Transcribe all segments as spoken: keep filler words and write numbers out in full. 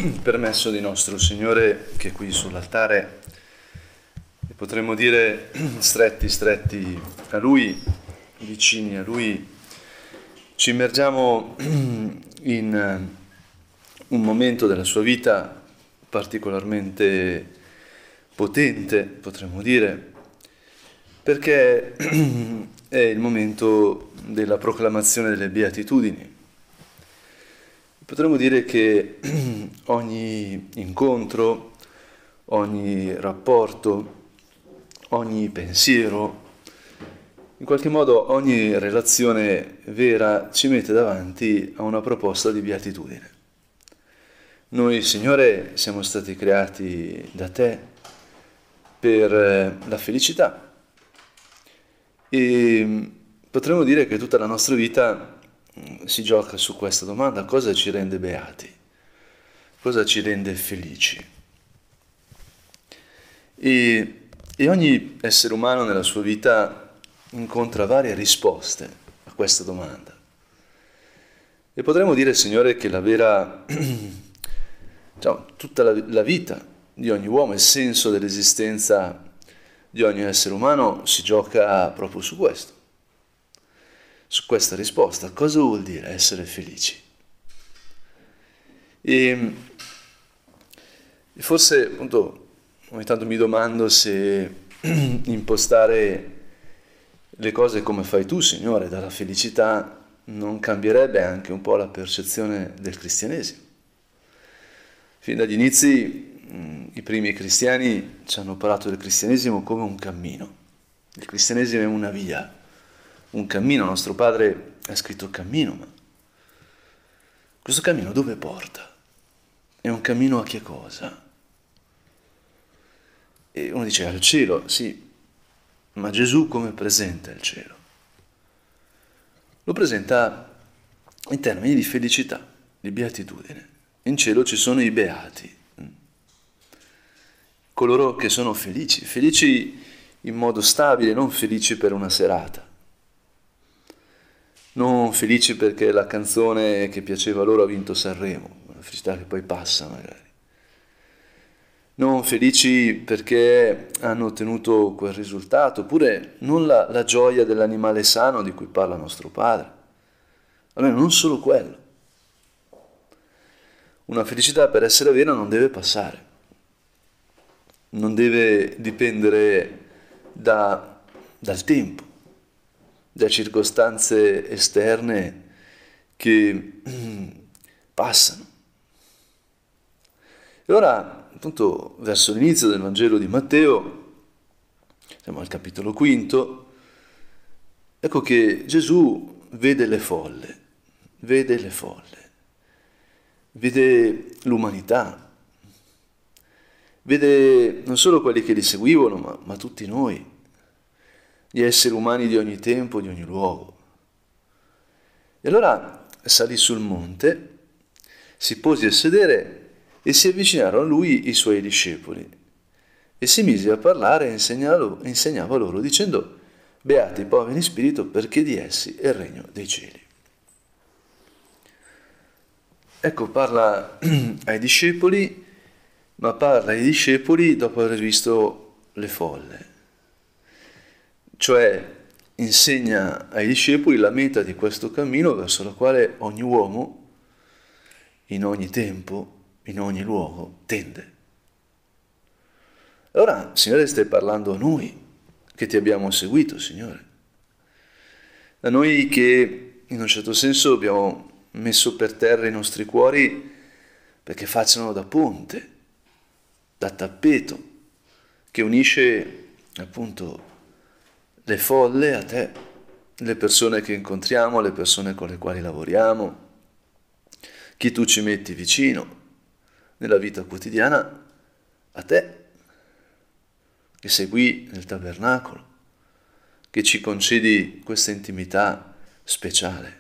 permesso di nostro Signore che è qui sull'altare, e potremmo dire stretti, stretti a Lui, vicini a Lui, ci immergiamo in un momento della sua vita particolarmente potente, potremmo dire, perché è il momento della proclamazione delle beatitudini. Potremmo dire che ogni incontro, ogni rapporto, ogni pensiero, in qualche modo ogni relazione vera ci mette davanti a una proposta di beatitudine. Noi, Signore, siamo stati creati da Te per la felicità e potremmo dire che tutta la nostra vita si gioca su questa domanda: cosa ci rende beati? Cosa ci rende felici? E, e ogni essere umano nella sua vita incontra varie risposte a questa domanda. E potremmo dire, Signore, che la vera, diciamo, tutta la, la vita di ogni uomo, il senso dell'esistenza di ogni essere umano si gioca proprio su questo. Su questa risposta: cosa vuol dire essere felici? E, e forse, appunto, ogni tanto mi domando se impostare le cose come fai tu, Signore, dalla felicità, non cambierebbe anche un po' la percezione del cristianesimo. Fin dagli inizi, i primi cristiani ci hanno parlato del cristianesimo come un cammino. Il cristianesimo è una via, un cammino. Nostro Padre ha scritto cammino, ma questo cammino dove porta? È un cammino a che cosa? E uno dice al cielo, sì, ma Gesù come presenta il cielo? Lo presenta in termini di felicità, di beatitudine. In cielo ci sono i beati, coloro che sono felici, felici in modo stabile, non felici per una serata. Non felici perché la canzone che piaceva loro ha vinto Sanremo, una felicità che poi passa magari. Non felici perché hanno ottenuto quel risultato, oppure non la, la gioia dell'animale sano di cui parla nostro Padre. Almeno non solo quello. Una felicità, per essere vera, non deve passare. Non deve dipendere da, dal tempo, da circostanze esterne che passano. E ora, appunto, verso l'inizio del Vangelo di Matteo, siamo al capitolo quinto, ecco che Gesù vede le folle, vede le folle, vede l'umanità, vede non solo quelli che li seguivano, ma, ma tutti noi, gli esseri umani di ogni tempo, di ogni luogo. E allora salì sul monte, si pose a sedere e si avvicinarono a lui i suoi discepoli e si mise a parlare e insegnava, insegnava loro dicendo: beati i poveri in spirito, perché di essi è il regno dei cieli. Ecco, parla ai discepoli, ma parla ai discepoli dopo aver visto le folle. Cioè insegna ai discepoli la meta di questo cammino verso la quale ogni uomo, in ogni tempo, in ogni luogo, tende. Allora, Signore, stai parlando a noi, che ti abbiamo seguito, Signore. A noi che, in un certo senso, abbiamo messo per terra i nostri cuori perché facciano da ponte, da tappeto, che unisce, appunto, le folle a te, le persone che incontriamo, le persone con le quali lavoriamo, chi tu ci metti vicino nella vita quotidiana, a te, che sei qui nel tabernacolo, che ci concedi questa intimità speciale.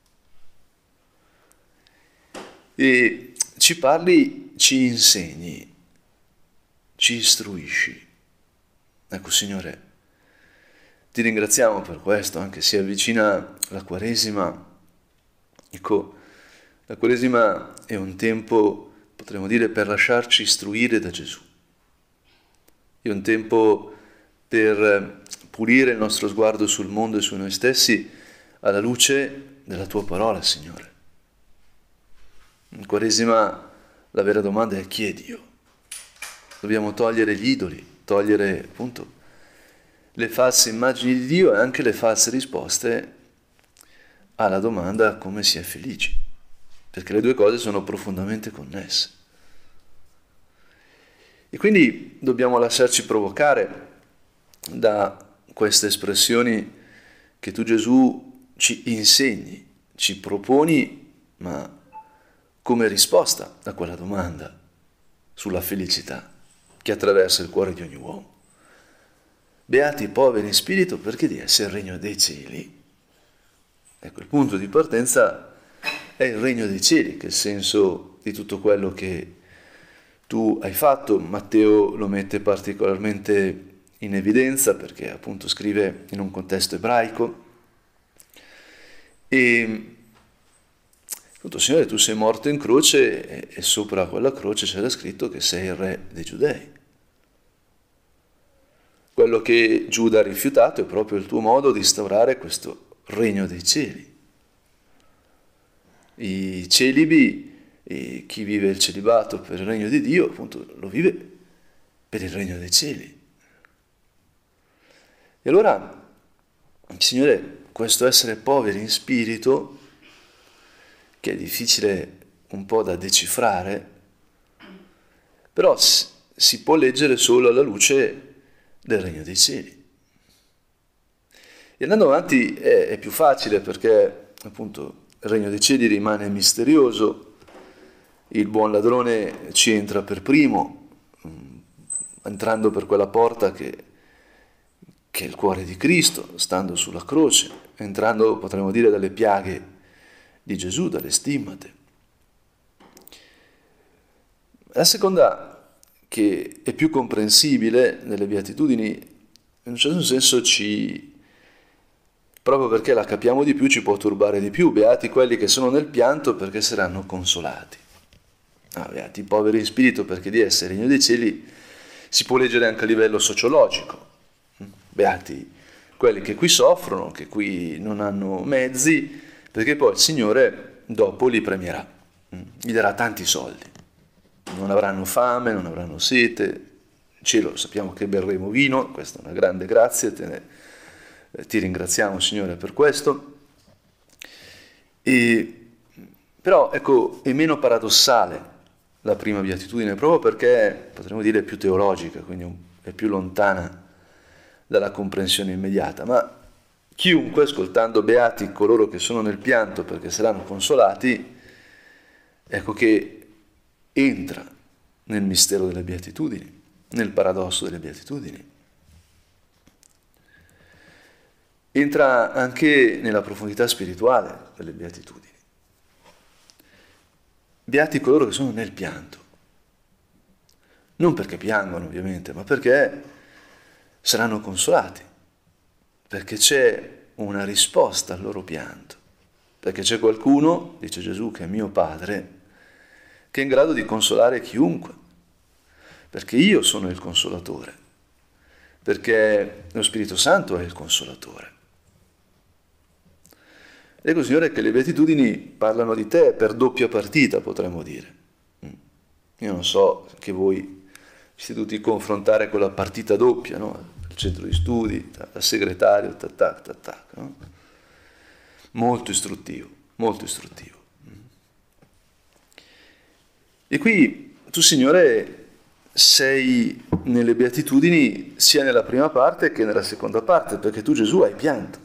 E ci parli, ci insegni, ci istruisci. Ecco, Signore, ti ringraziamo per questo, anche se avvicina la Quaresima. Ecco, la Quaresima è un tempo potremmo dire per lasciarci istruire da Gesù. È un tempo per pulire il nostro sguardo sul mondo e su noi stessi alla luce della tua parola, Signore. In Quaresima la vera domanda è: chi è Dio? Dobbiamo togliere gli idoli, togliere appunto le false immagini di Dio e anche le false risposte alla domanda come si è felici, perché le due cose sono profondamente connesse. E quindi dobbiamo lasciarci provocare da queste espressioni che tu, Gesù, ci insegni, ci proponi, ma come risposta a quella domanda sulla felicità che attraversa il cuore di ogni uomo. Beati i poveri in spirito, perché di essere il regno dei cieli. Ecco, il punto di partenza è il regno dei cieli, che è il senso di tutto quello che tu hai fatto. Matteo lo mette particolarmente in evidenza perché appunto scrive in un contesto ebraico. E appunto, Signore, tu sei morto in croce e, e sopra quella croce c'era scritto che sei il re dei Giudei. Quello che Giuda ha rifiutato è proprio il tuo modo di instaurare questo regno dei cieli. I celibi, e chi vive il celibato per il regno di Dio, appunto lo vive per il regno dei cieli. E allora, Signore, questo essere poveri in spirito, che è difficile un po' da decifrare, però si può leggere solo alla luce del regno dei cieli. E andando avanti è, è più facile perché appunto il regno dei cieli rimane misterioso, il buon ladrone ci entra per primo, entrando per quella porta che, che è il cuore di Cristo, stando sulla croce, entrando, potremmo dire, dalle piaghe di Gesù, dalle stimmate. La seconda, che è più comprensibile nelle beatitudini, in un certo senso ci, proprio perché la capiamo di più, ci può turbare di più. Beati quelli che sono nel pianto, perché saranno consolati. Ah, beati i poveri in spirito, perché di essere regno dei cieli si può leggere anche a livello sociologico. Beati quelli che qui soffrono, che qui non hanno mezzi, perché poi il Signore dopo li premierà, gli darà tanti soldi. Non avranno fame, non avranno sete, in cielo sappiamo che berremo vino, questa è una grande grazia, te ne, eh, ti ringraziamo, Signore, per questo. E, però ecco, è meno paradossale la prima beatitudine, proprio perché potremmo dire è più teologica, quindi è più lontana dalla comprensione immediata, ma chiunque, ascoltando beati coloro che sono nel pianto perché saranno consolati, ecco che entra nel mistero delle beatitudini, nel paradosso delle beatitudini. Entra anche nella profondità spirituale delle beatitudini. Beati coloro che sono nel pianto. Non perché piangono, ovviamente, ma perché saranno consolati. Perché c'è una risposta al loro pianto. Perché c'è qualcuno, dice Gesù, che è mio Padre, che è in grado di consolare chiunque, perché io sono il consolatore, perché lo Spirito Santo è il consolatore. Ecco, Signore, che le beatitudini parlano di te per doppia partita, potremmo dire. Io non so che voi siete dovuti confrontare con la partita doppia, no? Il centro di studi, da segretario, tac tac tac tac, no? Molto istruttivo, molto istruttivo. E qui tu, Signore, sei nelle beatitudini sia nella prima parte che nella seconda parte, perché tu, Gesù, hai pianto.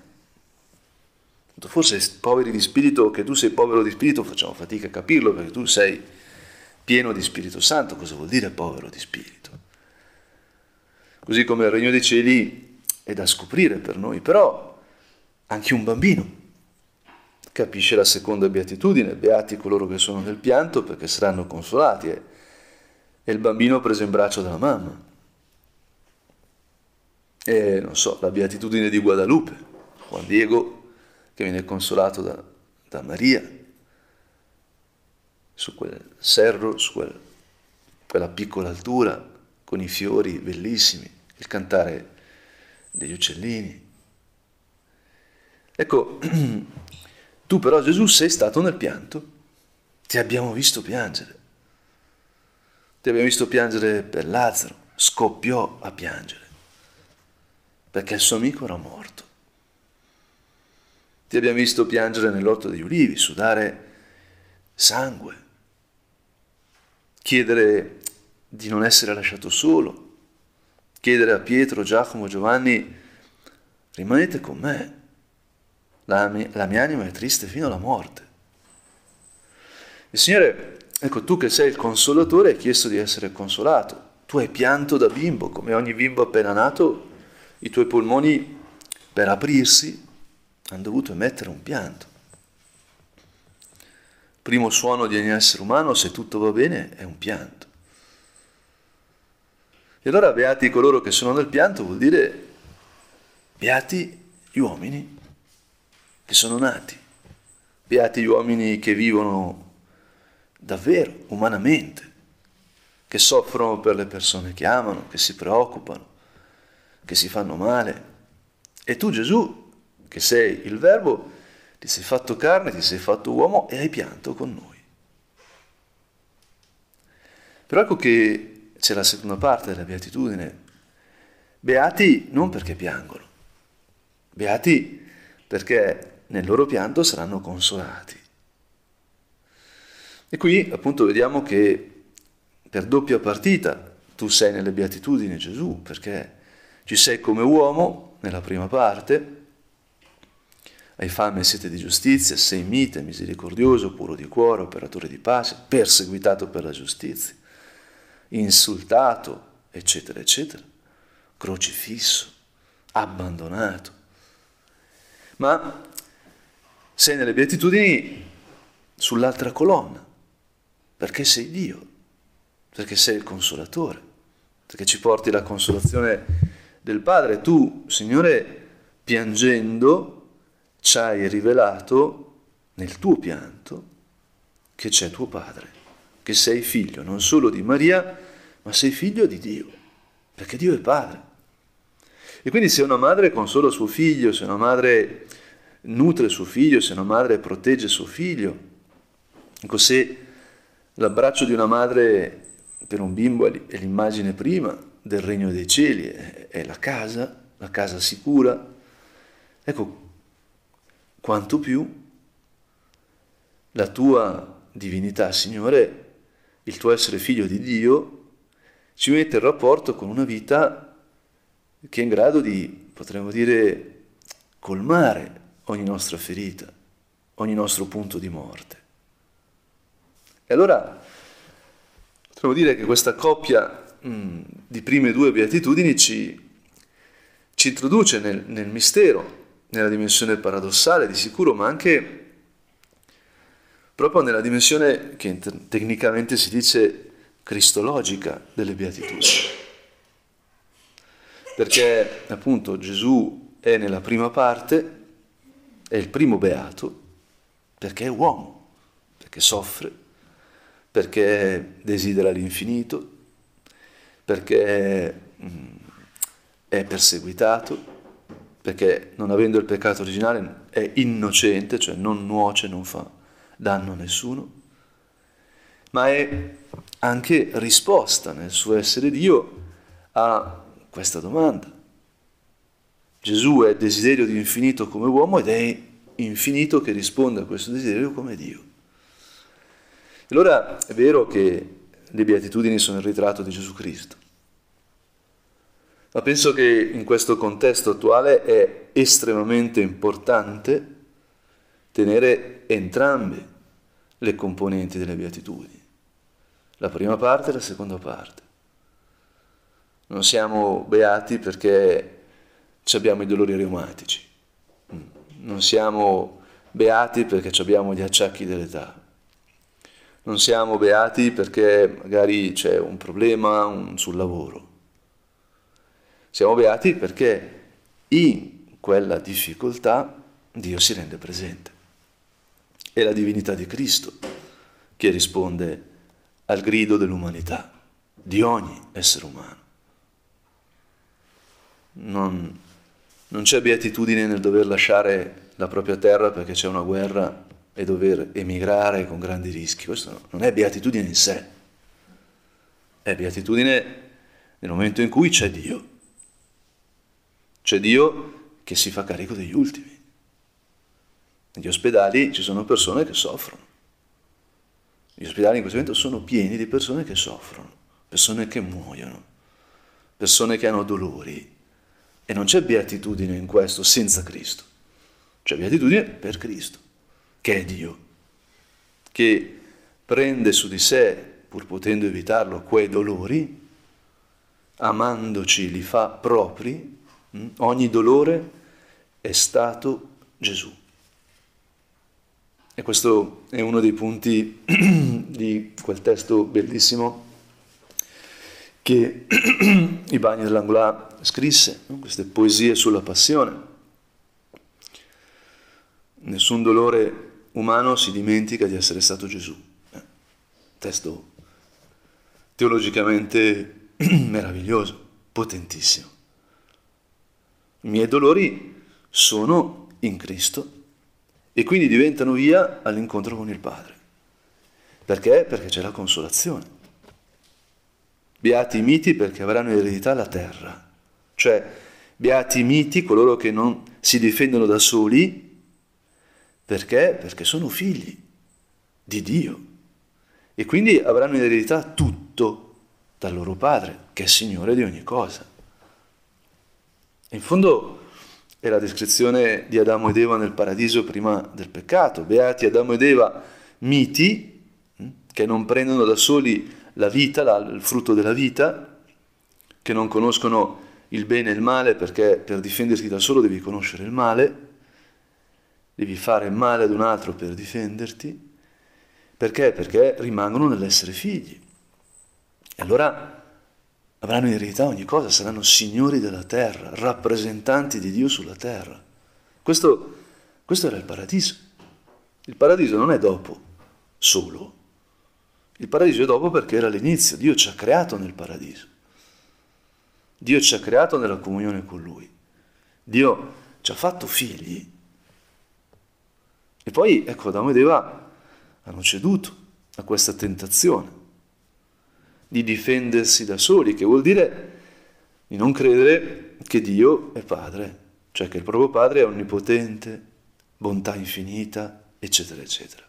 Forse poveri di spirito, che tu sei povero di spirito, facciamo fatica a capirlo, perché tu sei pieno di Spirito Santo. Cosa vuol dire povero di spirito? Così come il regno dei cieli è da scoprire per noi, però anche un bambino capisce la seconda beatitudine: beati coloro che sono nel pianto, perché saranno consolati. E il bambino preso in braccio dalla mamma. E non so, la beatitudine di Guadalupe, Juan Diego, che viene consolato da, da Maria. su quel serro, su quel, quella piccola altura, con i fiori bellissimi, il cantare degli uccellini. Ecco, tu però Gesù sei stato nel pianto, ti abbiamo visto piangere, ti abbiamo visto piangere per Lazzaro, scoppiò a piangere, perché il suo amico era morto. Ti abbiamo visto piangere nell'orto degli ulivi, sudare sangue, chiedere di non essere lasciato solo, chiedere a Pietro, Giacomo, Giovanni, rimanete con me, la mia, la mia anima è triste fino alla morte. Il Signore, ecco, tu che sei il consolatore, hai chiesto di essere consolato. Tu hai pianto da bimbo, come ogni bimbo appena nato, i tuoi polmoni per aprirsi hanno dovuto emettere un pianto. Primo suono di ogni essere umano, se tutto va bene, è un pianto. E allora beati coloro che sono nel pianto vuol dire beati gli uomini che sono nati, beati gli uomini che vivono davvero, umanamente, che soffrono per le persone che amano, che si preoccupano, che si fanno male. E tu Gesù, che sei il Verbo, ti sei fatto carne, ti sei fatto uomo e hai pianto con noi. Però ecco che c'è la seconda parte della beatitudine. Beati non perché piangono, beati perché nel loro pianto saranno consolati. E qui appunto vediamo che per doppia partita tu sei nelle beatitudini Gesù, perché ci sei come uomo nella prima parte, hai fame e sete di giustizia, sei mite, misericordioso, puro di cuore, operatore di pace, perseguitato per la giustizia, insultato, eccetera, eccetera, crocifisso, abbandonato. Ma sei nelle beatitudini sull'altra colonna, perché sei Dio, perché sei il consolatore, perché ci porti la consolazione del Padre. Tu, Signore, piangendo, ci hai rivelato nel tuo pianto che c'è tuo Padre, che sei figlio non solo di Maria, ma sei figlio di Dio, perché Dio è Padre. E quindi se una madre consola suo figlio, se una madre nutre suo figlio, se una madre protegge suo figlio, ecco, se l'abbraccio di una madre per un bimbo è l'immagine prima del regno dei cieli, è la casa, la casa sicura, ecco, quanto più la tua divinità, Signore, il tuo essere figlio di Dio, ci mette in rapporto con una vita che è in grado di, potremmo dire, colmare ogni nostra ferita, ogni nostro punto di morte. E allora potremmo dire che questa coppia mh, di prime due beatitudini ci, ci introduce nel, nel mistero, nella dimensione paradossale di sicuro, ma anche proprio nella dimensione che tecnicamente si dice cristologica delle beatitudini. Perché appunto Gesù è nella prima parte, è il primo beato, perché è uomo, perché soffre, perché desidera l'infinito, perché è perseguitato, perché non avendo il peccato originale è innocente, cioè non nuoce, non fa danno a nessuno, ma è anche risposta nel suo essere Dio a questa domanda. Gesù è desiderio di infinito come uomo ed è infinito che risponde a questo desiderio come Dio. Allora è vero che le beatitudini sono il ritratto di Gesù Cristo, ma penso che in questo contesto attuale è estremamente importante tenere entrambe le componenti delle beatitudini, la prima parte e la seconda parte. Non siamo beati perché abbiamo i dolori reumatici, non siamo beati perché abbiamo gli acciacchi dell'età, non siamo beati perché magari c'è un problema un, sul lavoro. Siamo beati perché in quella difficoltà Dio si rende presente. È la divinità di Cristo che risponde al grido dell'umanità, di ogni essere umano. Non, non c'è beatitudine nel dover lasciare la propria terra perché c'è una guerra e dover emigrare con grandi rischi. Questo non è beatitudine in sé, è beatitudine nel momento in cui c'è Dio. C'è Dio che si fa carico degli ultimi. Negli ospedali ci sono persone che soffrono. Gli ospedali in questo momento sono pieni di persone che soffrono, persone che muoiono, persone che hanno dolori. E non c'è beatitudine in questo senza Cristo. C'è beatitudine per Cristo, che è Dio, che prende su di sé, pur potendo evitarlo, quei dolori, amandoci li fa propri. Ogni dolore è stato Gesù. E questo è uno dei punti di quel testo bellissimo che Ibanez de Langola scrisse, no? Queste poesie sulla passione. Nessun dolore umano si dimentica di essere stato Gesù. Eh, testo teologicamente meraviglioso, potentissimo. I miei dolori sono in Cristo e quindi diventano via all'incontro con il Padre. Perché? Perché c'è la consolazione. Beati i miti perché avranno in eredità la terra. Cioè, beati i miti, coloro che non si difendono da soli, perché? Perché sono figli di Dio. E quindi avranno in eredità tutto dal loro Padre, che è Signore di ogni cosa. In fondo è la descrizione di Adamo ed Eva nel paradiso prima del peccato. Beati Adamo ed Eva, miti, che non prendono da soli la vita, la, il frutto della vita, che non conoscono il bene e il male, perché per difenderti da solo devi conoscere il male, devi fare male ad un altro per difenderti. Perché? Perché rimangono nell'essere figli. E allora avranno in eredità ogni cosa, saranno signori della terra, rappresentanti di Dio sulla terra. Questo, questo era il paradiso. Il paradiso non è dopo solo. Il paradiso è dopo perché era l'inizio. Dio ci ha creato nel paradiso. Dio ci ha creato nella comunione con Lui. Dio ci ha fatto figli. E poi, ecco, Adamo ed Eva hanno ceduto a questa tentazione di difendersi da soli, che vuol dire di non credere che Dio è Padre, cioè che il proprio Padre è onnipotente, bontà infinita, eccetera, eccetera.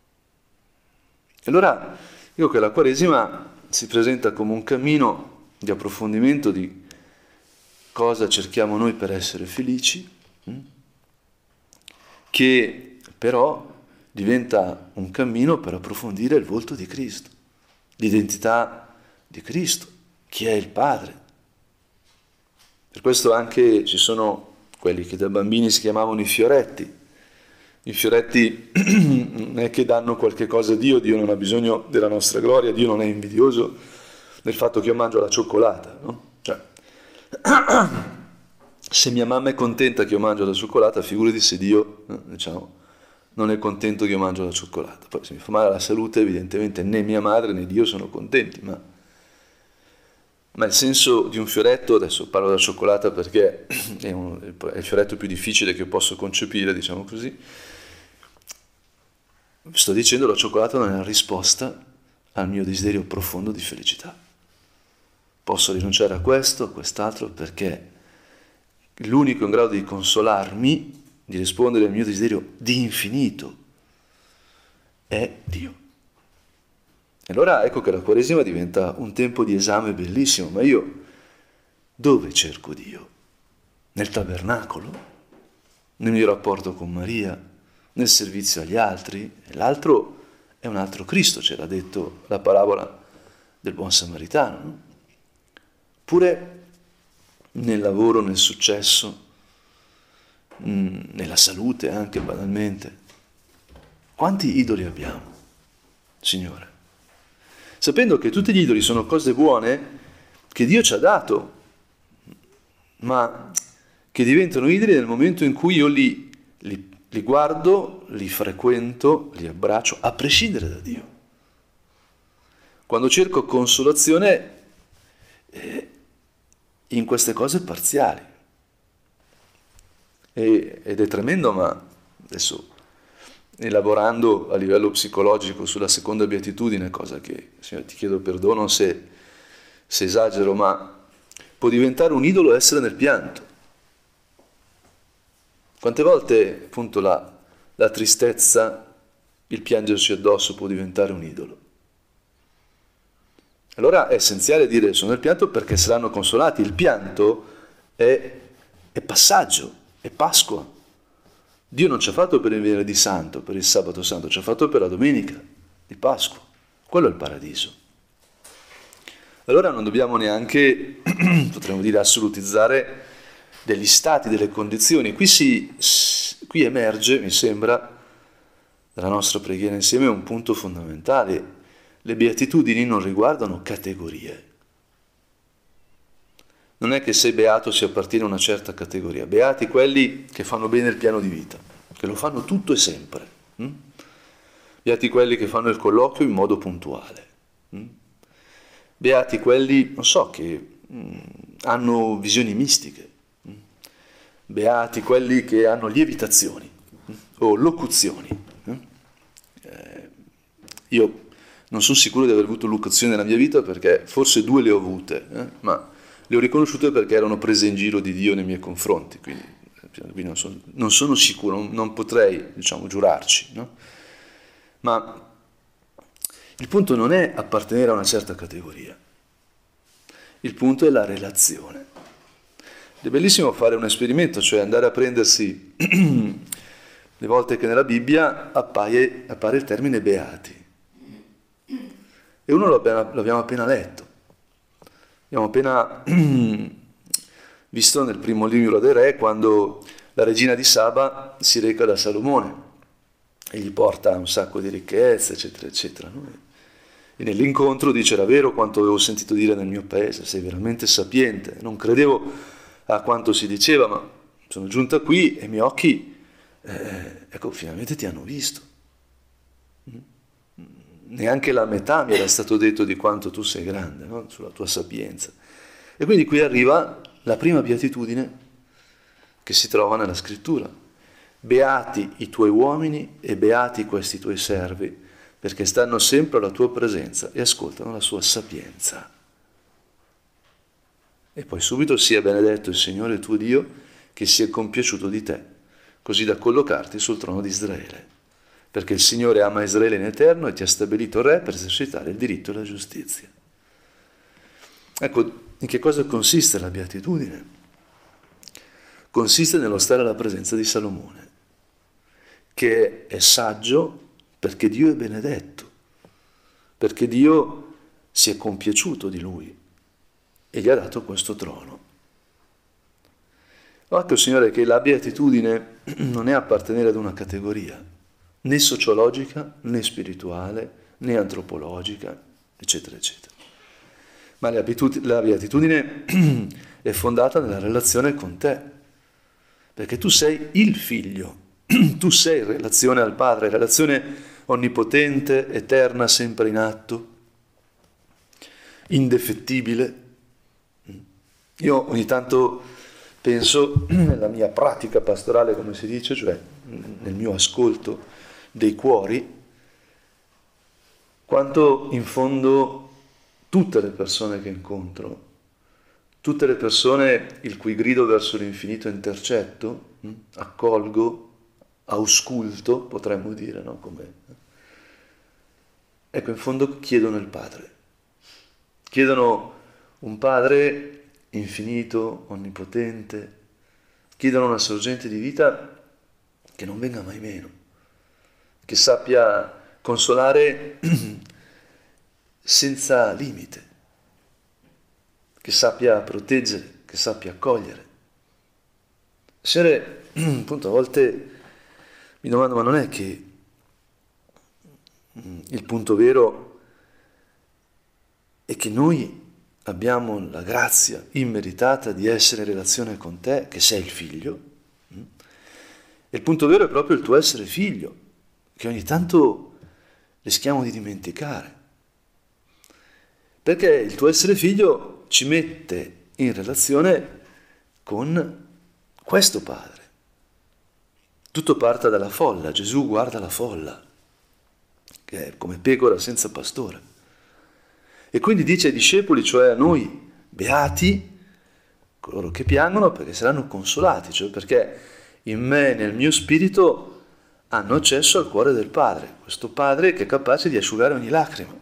E allora dico che la Quaresima si presenta come un cammino di approfondimento di cosa cerchiamo noi per essere felici, che però diventa un cammino per approfondire il volto di Cristo, l'identità di Cristo, chi è il Padre. Per questo anche ci sono quelli che da bambini si chiamavano i fioretti. I fioretti non è che danno qualche cosa a Dio, Dio non ha bisogno della nostra gloria, Dio non è invidioso del fatto che io mangio la cioccolata, no? Cioè, se mia mamma è contenta che io mangio la cioccolata, figurati se Dio, diciamo, non è contento che io mangio la cioccolata. Poi se mi fa male alla salute, evidentemente né mia madre né Dio sono contenti, ma, ma il senso di un fioretto, adesso parlo della cioccolata perché è, un, è il fioretto più difficile che posso concepire, diciamo così. Sto dicendo la cioccolata non è la risposta al mio desiderio profondo di felicità. Posso rinunciare a questo, a quest'altro, perché l'unico in grado di consolarmi, di rispondere al mio desiderio di infinito, è Dio. E allora ecco che la Quaresima diventa un tempo di esame bellissimo, ma io dove cerco Dio? Nel tabernacolo? Nel mio rapporto con Maria? Nel servizio agli altri? E l'altro è un altro Cristo, c'era detto la parabola del buon samaritano, no? Oppure nel lavoro, nel successo, nella salute anche banalmente. Quanti idoli abbiamo, Signore? Sapendo che tutti gli idoli sono cose buone che Dio ci ha dato, ma che diventano idoli nel momento in cui io li, li, li guardo, li frequento, li abbraccio, a prescindere da Dio. Quando cerco consolazione eh, in queste cose parziali. E, ed è tremendo, ma adesso elaborando a livello psicologico sulla seconda beatitudine, cosa che, Signore, ti chiedo perdono se, se esagero, ma può diventare un idolo essere nel pianto. Quante volte appunto la, la tristezza, il piangersi addosso può diventare un idolo? Allora è essenziale dire sono nel pianto perché saranno consolati. Il pianto è, è passaggio, è Pasqua. Dio non ci ha fatto per il venerdì santo, per il sabato santo, ci ha fatto per la domenica di Pasqua. Quello è il paradiso. Allora non dobbiamo neanche, potremmo dire, assolutizzare degli stati, delle condizioni. Qui, si, qui emerge, mi sembra, dalla nostra preghiera insieme un punto fondamentale. Le beatitudini non riguardano categorie. Non è che sei beato si appartiene a una certa categoria. Beati quelli che fanno bene il piano di vita, che lo fanno tutto e sempre. Hm? Beati quelli che fanno il colloquio in modo puntuale. Hm? Beati quelli, non so, che mh, hanno visioni mistiche. Hm? Beati quelli che hanno lievitazioni hm? o locuzioni. Hm? Eh, io non sono sicuro di aver avuto locuzioni nella mia vita perché forse due le ho avute, eh? ma le ho riconosciute perché erano prese in giro di Dio nei miei confronti, quindi, quindi non, sono, non sono sicuro, non, non potrei, diciamo, giurarci, no? Ma il punto non è appartenere a una certa categoria, il punto è la relazione. È bellissimo fare un esperimento, cioè andare a prendersi le volte che nella Bibbia appaia, appare il termine beati. E uno l'abbiamo, l'abbiamo appena letto. Abbiamo appena visto nel primo libro dei Re quando la regina di Saba si reca da Salomone e gli porta un sacco di ricchezze, eccetera, eccetera. No? E nell'incontro dice: era vero quanto avevo sentito dire nel mio paese, sei veramente sapiente. Non credevo a quanto si diceva, ma sono giunta qui e i miei occhi, eh, ecco, finalmente ti hanno visto. Neanche la metà mi era stato detto di quanto tu sei grande, no? Sulla tua sapienza. E quindi qui arriva la prima beatitudine che si trova nella scrittura. Beati i tuoi uomini e beati questi tuoi servi, perché stanno sempre alla tua presenza e ascoltano la sua sapienza. E poi subito sia benedetto il Signore tuo Dio, che si è compiaciuto di te, così da collocarti sul trono di Israele. Perché il Signore ama Israele in eterno e ti ha stabilito re per esercitare il diritto e la giustizia. Ecco, in che cosa consiste la beatitudine? Consiste nello stare alla presenza di Salomone, che è saggio perché Dio è benedetto, perché Dio si è compiaciuto di lui e gli ha dato questo trono. Ma ecco, Signore, che la beatitudine non è appartenere ad una categoria, né sociologica, né spirituale, né antropologica, eccetera, eccetera. Ma la beatitudine è fondata nella relazione con te, perché tu sei il figlio, tu sei in relazione al Padre, relazione onnipotente, eterna, sempre in atto, indefettibile. Io ogni tanto penso, nella mia pratica pastorale, come si dice, cioè nel mio ascolto dei cuori, quanto in fondo tutte le persone che incontro, tutte le persone il cui grido verso l'infinito intercetto, hm, accolgo, ausculto, potremmo dire, no? Come... Ecco, in fondo chiedono il Padre, chiedono un Padre infinito, onnipotente, chiedono una sorgente di vita che non venga mai meno, che sappia consolare senza limite, che sappia proteggere, che sappia accogliere. Signore, appunto, a volte mi domando, ma non è che il punto vero è che noi abbiamo la grazia immeritata di essere in relazione con te, che sei il figlio, e il punto vero è proprio il tuo essere figlio, che ogni tanto rischiamo di dimenticare. Perché il tuo essere figlio ci mette in relazione con questo Padre. Tutto parte dalla folla, Gesù guarda la folla, che è come pecora senza pastore. E quindi dice ai discepoli, cioè a noi, beati, coloro che piangono perché saranno consolati, cioè perché in me, nel mio spirito, hanno accesso al cuore del Padre, questo Padre che è capace di asciugare ogni lacrima.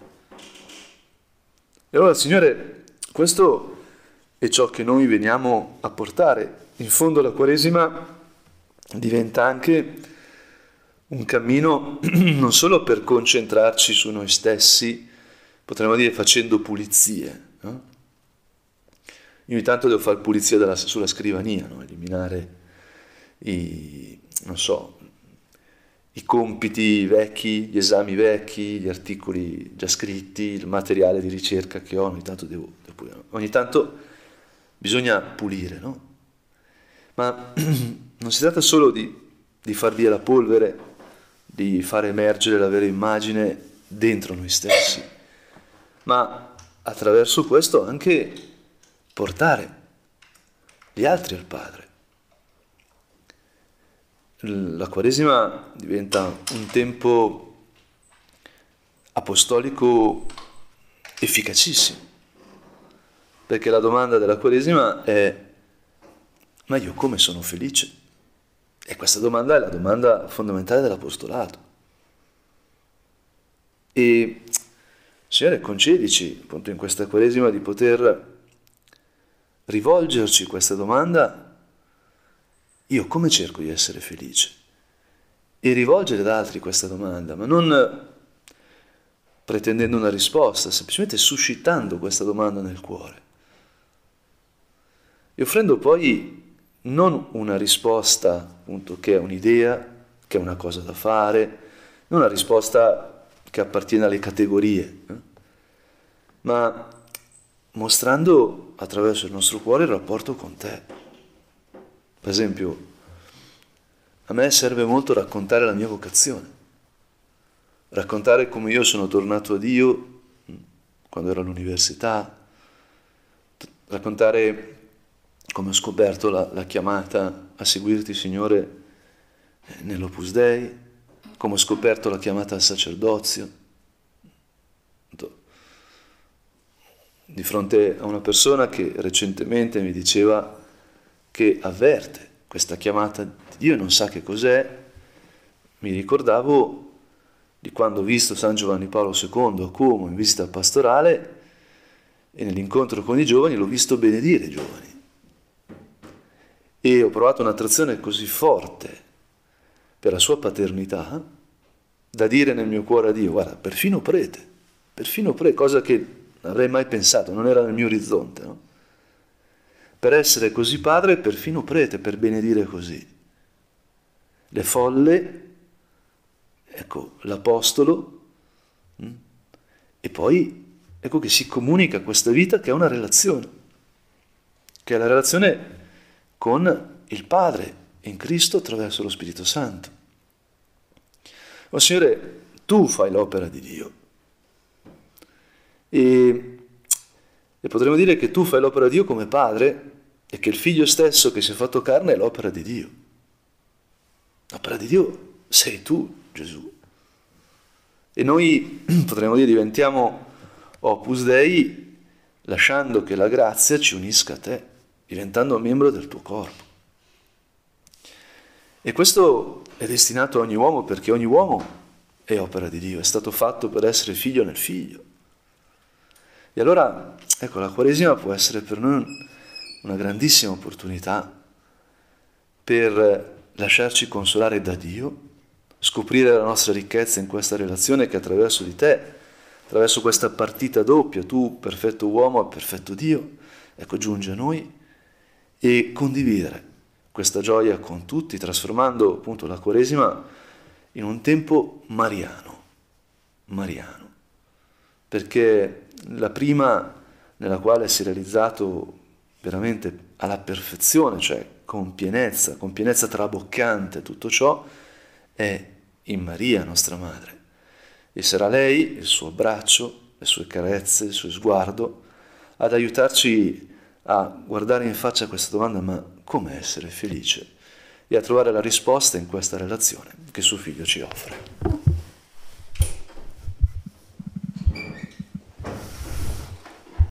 E allora, Signore, questo è ciò che noi veniamo a portare. In fondo la Quaresima diventa anche un cammino non solo per concentrarci su noi stessi, potremmo dire facendo pulizie, no? Io ogni tanto devo fare pulizia della, sulla scrivania, no? Eliminare i, non so, i compiti vecchi, gli esami vecchi, gli articoli già scritti, il materiale di ricerca che ho, ogni tanto devo, devo pulire. Ogni tanto bisogna pulire, no? Ma non si tratta solo di, di far via la polvere, di far emergere la vera immagine dentro noi stessi, ma attraverso questo anche portare gli altri al Padre. La Quaresima diventa un tempo apostolico efficacissimo, perché la domanda della Quaresima è: ma io come sono felice? E questa domanda è la domanda fondamentale dell'apostolato. E Signore, concedici appunto in questa Quaresima di poter rivolgerci questa domanda: io come cerco di essere felice? E rivolgere ad altri questa domanda, ma non pretendendo una risposta, semplicemente suscitando questa domanda nel cuore. E offrendo poi non una risposta, appunto, che è un'idea, che è una cosa da fare, non una risposta che appartiene alle categorie, eh? ma mostrando attraverso il nostro cuore il rapporto con te. Per esempio, a me serve molto raccontare la mia vocazione, raccontare come io sono tornato a Dio quando ero all'università, raccontare come ho scoperto la, la chiamata a seguirti, Signore, nell'Opus Dei, come ho scoperto la chiamata al sacerdozio. Di fronte a una persona che recentemente mi diceva che avverte questa chiamata di Dio e non sa che cos'è, mi ricordavo di quando ho visto San Giovanni Paolo secondo a Como in visita pastorale, e nell'incontro con i giovani l'ho visto benedire i giovani. E ho provato un'attrazione così forte per la sua paternità da dire nel mio cuore a Dio: guarda, perfino prete, perfino prete, cosa che non avrei mai pensato, non era nel mio orizzonte, no? Per essere così padre, perfino prete, per benedire così le folle, ecco, l'apostolo, mh? E poi ecco che si comunica questa vita che è una relazione, che è la relazione con il Padre in Cristo attraverso lo Spirito Santo. Oh Signore, tu fai l'opera di Dio. E, e potremmo dire che tu fai l'opera di Dio come Padre e che il Figlio stesso che si è fatto carne è l'opera di Dio. L'opera di Dio sei tu, Gesù. E noi potremmo dire diventiamo Opus Dei lasciando che la grazia ci unisca a te, diventando membro del tuo corpo. E questo è destinato a ogni uomo, perché ogni uomo è opera di Dio, è stato fatto per essere figlio nel figlio. E allora, ecco, la Quaresima può essere per noi una grandissima opportunità per lasciarci consolare da Dio, scoprire la nostra ricchezza in questa relazione che attraverso di te, attraverso questa partita doppia, tu perfetto uomo e perfetto Dio, ecco, giunge a noi, e condividere questa gioia con tutti, trasformando appunto la Quaresima in un tempo mariano, mariano, perché la prima nella quale si è realizzato veramente alla perfezione, cioè con pienezza, con pienezza traboccante tutto ciò, è in Maria, nostra Madre. E sarà lei, il suo abbraccio, le sue carezze, il suo sguardo, ad aiutarci a guardare in faccia questa domanda: ma come essere felice? E a trovare la risposta in questa relazione che suo figlio ci offre.